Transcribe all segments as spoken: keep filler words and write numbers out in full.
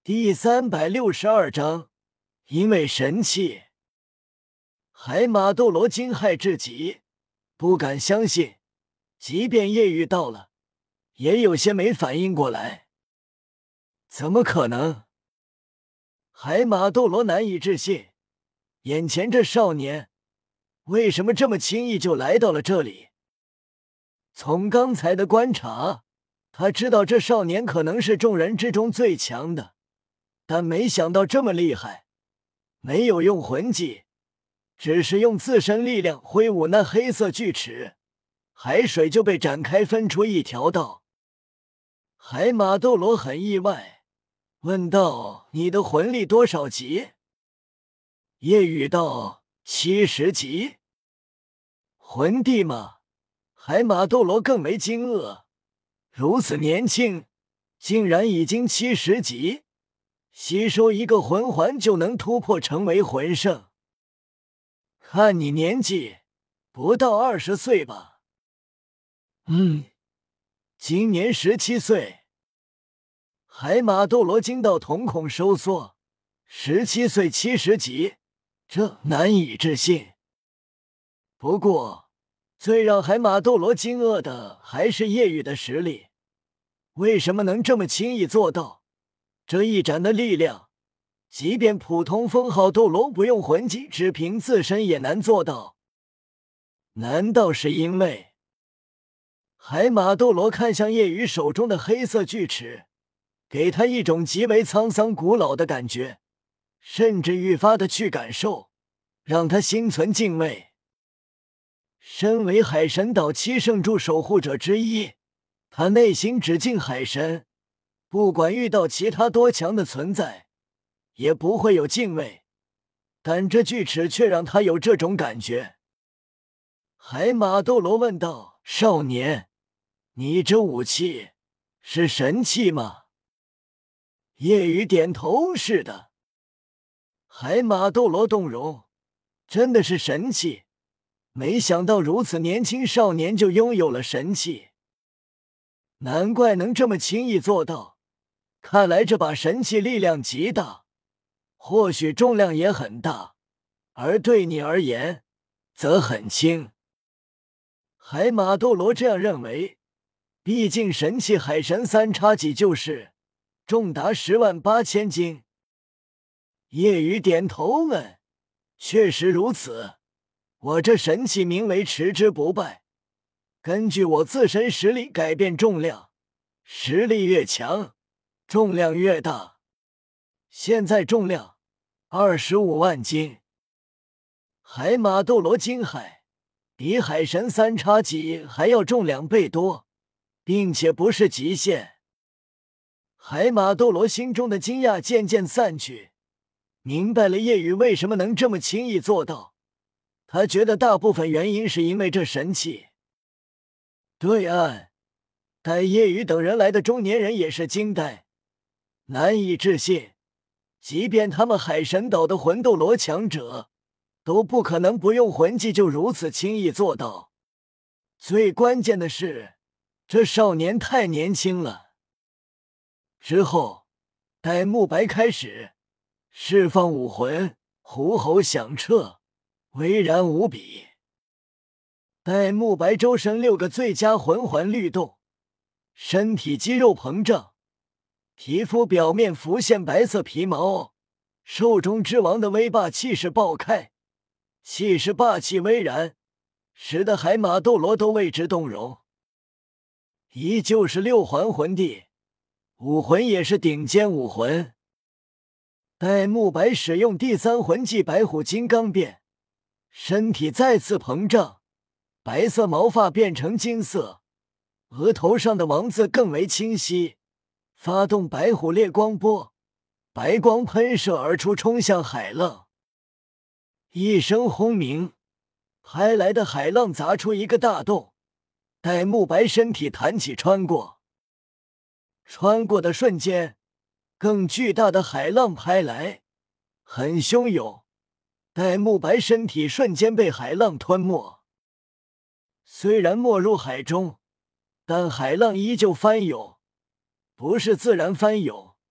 第三百六十二章，因为神器。海马斗罗惊骇至极，不敢相信，即便夜雨到了，也有些没反应过来。怎么可能？海马斗罗难以置信，眼前这少年为什么这么轻易就来到了这里？从刚才的观察，他知道这少年可能是众人之中最强的，但没想到这么厉害。没有用魂技，只是用自身力量挥舞那黑色巨齿，海水就被展开分出一条道。海马斗罗很意外，问道：“你的魂力多少级？”夜雨道：“七十级。”魂帝吗？海马斗罗更为惊愕，如此年轻，竟然已经七十级。吸收一个魂环就能突破成为魂圣，看你年纪不到二十岁吧？嗯，今年十七岁。海马斗罗惊到瞳孔收缩，十七岁七十级，这难以置信。不过，最让海马斗罗惊愕的还是夜雨的实力，为什么能这么轻易做到？这一斩的力量，即便普通封号斗罗不用魂技，只凭自身也难做到。难道是因为……海马斗罗看向夜雨手中的黑色巨齿，给他一种极为沧桑古老的感觉，甚至愈发的去感受，让他心存敬畏。身为海神岛七圣柱守护者之一，他内心只敬海神。不管遇到其他多强的存在，也不会有敬畏，但这巨齿却让他有这种感觉。海马斗罗问道：“少年，你这武器是神器吗？”夜雨点头：“是的。”海马斗罗动容，真的是神器，没想到如此年轻少年就拥有了神器，难怪能这么轻易做到。看来这把神器力量极大，或许重量也很大，而对你而言则很轻。海马斗罗这样认为，毕竟神器海神三叉戟就是重达十万八千斤。夜雨点头问：“确实如此，我这神器名为持之不败，根据我自身实力改变重量，实力越强重量越大，现在重量二十五万斤。”海马斗罗惊骇，比海神三叉戟还要重两倍多，并且不是极限。海马斗罗心中的惊讶渐渐散去，明白了夜雨为什么能这么轻易做到。他觉得大部分原因是因为这神器。对岸，待夜雨等人来的中年人也是惊呆。难以置信，即便他们海神岛的魂斗罗强者，都不可能不用魂技就如此轻易做到。最关键的是，这少年太年轻了。之后，待慕白开始释放武魂，虎吼响彻，巍然无比。待慕白周身六个最佳魂环律动，身体肌肉膨胀，皮肤表面浮现白色皮毛，兽中之王的威霸气势爆开，气势霸气巍然，使得海马斗罗都为之动容。依旧是六环魂帝，武魂也是顶尖武魂。待慕白使用第三魂技白虎金刚变，身体再次膨胀，白色毛发变成金色，额头上的王字更为清晰。发动白虎烈光波，白光喷射而出，冲向海浪。一声轰鸣，拍来的海浪砸出一个大洞，待慕白身体弹起穿过。穿过的瞬间，更巨大的海浪拍来，很汹涌，待慕白身体瞬间被海浪吞没。虽然没入海中，但海浪依旧翻涌。不是自然翻涌，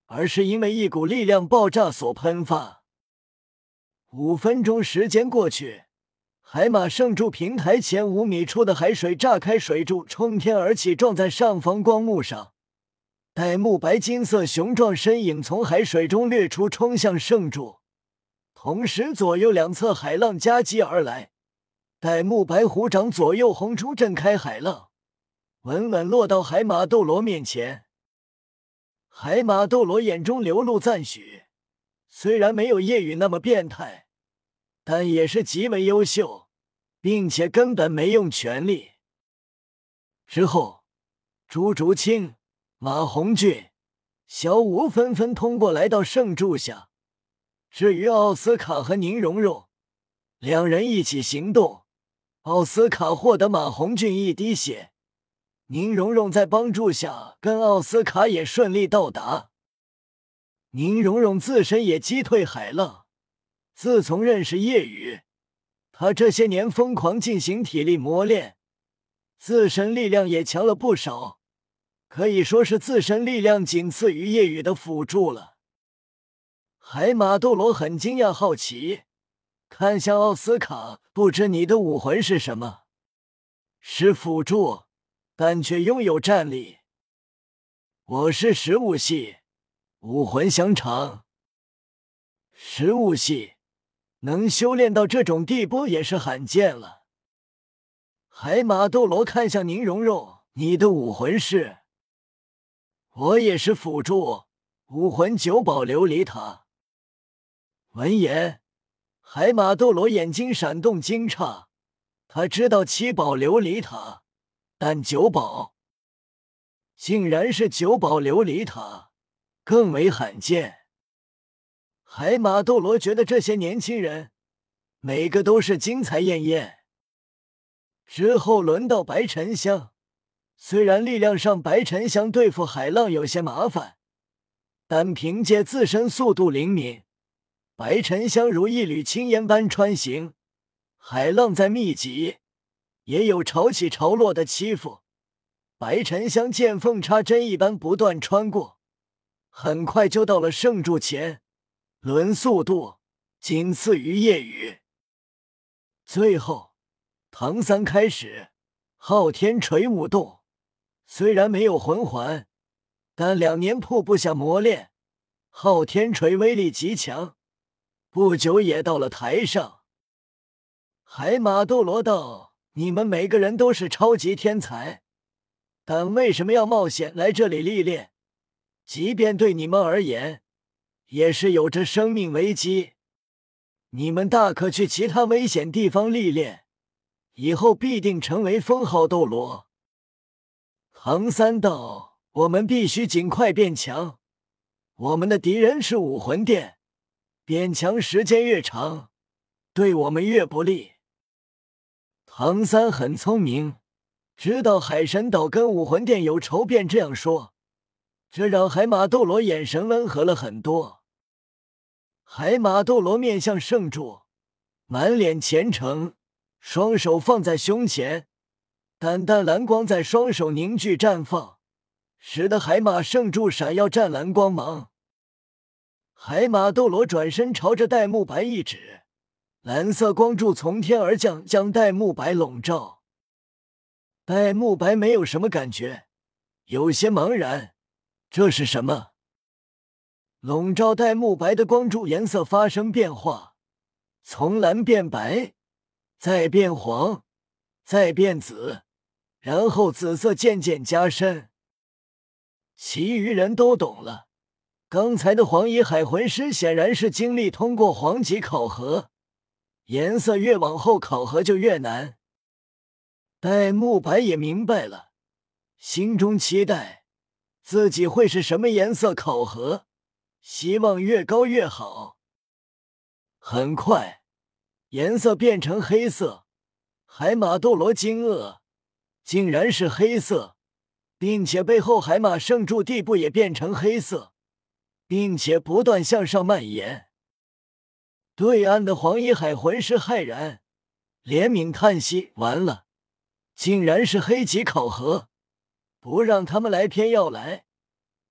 而是因为一股力量爆炸所喷发。五分钟时间过去，海马圣柱平台前五米处的海水炸开，水柱冲天而起，撞在上方光幕上。戴沐白金色雄壮身影从海水中掠出，冲向圣柱，同时左右两侧海浪夹击而来。戴沐白虎掌左右轰出，震开海浪，稳稳落到海马斗罗面前。海马斗罗眼中流露赞许，虽然没有夜雨那么变态，但也是极为优秀，并且根本没用全力。之后，朱竹清、马红俊、小舞纷纷通过来到圣柱下。至于奥斯卡和宁荣荣，两人一起行动，奥斯卡获得马红俊一滴血，宁荣荣在帮助下跟奥斯卡也顺利到达。宁荣荣自身也击退海浪，自从认识夜雨，他这些年疯狂进行体力磨练，自身力量也强了不少，可以说是自身力量仅次于夜雨的辅助了。海马斗罗很惊讶好奇，看向奥斯卡，不知你的武魂是什么？是辅助，但却拥有战力。我是食物系，武魂香肠。食物系能修炼到这种地步也是罕见了。海马斗罗看向宁荣荣，你的武魂是？我也是辅助，武魂九宝琉璃塔。闻言，海马斗罗眼睛闪动惊诧，他知道七宝琉璃塔，但九宝竟然是九宝琉璃塔，更为罕见。海马斗罗觉得这些年轻人每个都是精彩艳艳。之后轮到白沉香，虽然力量上白沉香对付海浪有些麻烦，但凭借自身速度灵敏，白沉香如一缕青烟般穿行，海浪再密集，也有潮起潮落的欺负。白沉香见缝插针一般不断穿过，很快就到了圣柱前，论速度仅次于夜雨。最后，唐三开始昊天锤舞动，虽然没有魂环，但两年瀑布下磨练，昊天锤威力极强，不久也到了台上。海马斗罗道：你们每个人都是超级天才，但为什么要冒险来这里历练？即便对你们而言，也是有着生命危机。你们大可去其他危险地方历练，以后必定成为封号斗罗。唐三道：我们必须尽快变强，我们的敌人是武魂殿，变强时间越长，对我们越不利。唐三很聪明，知道海神岛跟武魂殿有仇，便这样说，这让海马斗罗眼神温和了很多。海马斗罗面向圣柱，满脸虔诚，双手放在胸前，淡淡蓝光在双手凝聚绽放，使得海马圣柱闪耀湛蓝光芒。海马斗罗转身朝着戴沐白一指，蓝色光柱从天而降，将戴沐白笼罩。戴沐白没有什么感觉，有些茫然，这是什么？笼罩戴沐白的光柱颜色发生变化，从蓝变白，再变黄，再变紫，然后紫色渐渐加深。其余人都懂了，刚才的黄衣海魂师显然是经历通过黄级考核，颜色越往后考核就越难。戴沐白也明白了，心中期待自己会是什么颜色考核，希望越高越好。很快，颜色变成黑色，海马斗罗惊愕，竟然是黑色，并且背后海马圣柱地部也变成黑色，并且不断向上蔓延。对岸的黄衣海魂师骇然，怜悯叹息，完了，竟然是黑级考核，不让他们来偏要来，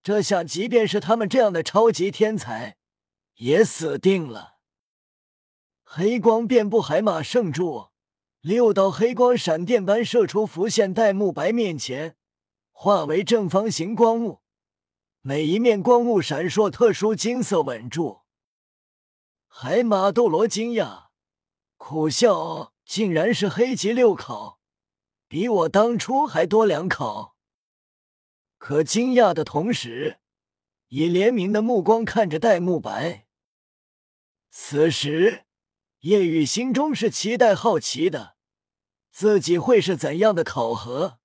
这下即便是他们这样的超级天才，也死定了。黑光遍布海马圣柱，六道黑光闪电般射出，浮现戴沐白面前，化为正方形光幕，每一面光幕闪烁特殊金色稳住。海马斗罗惊讶，苦笑，竟然是黑级六考，比我当初还多两考。可惊讶的同时，以怜悯的目光看着戴沐白。此时叶雨心中是期待好奇的，自己会是怎样的考核？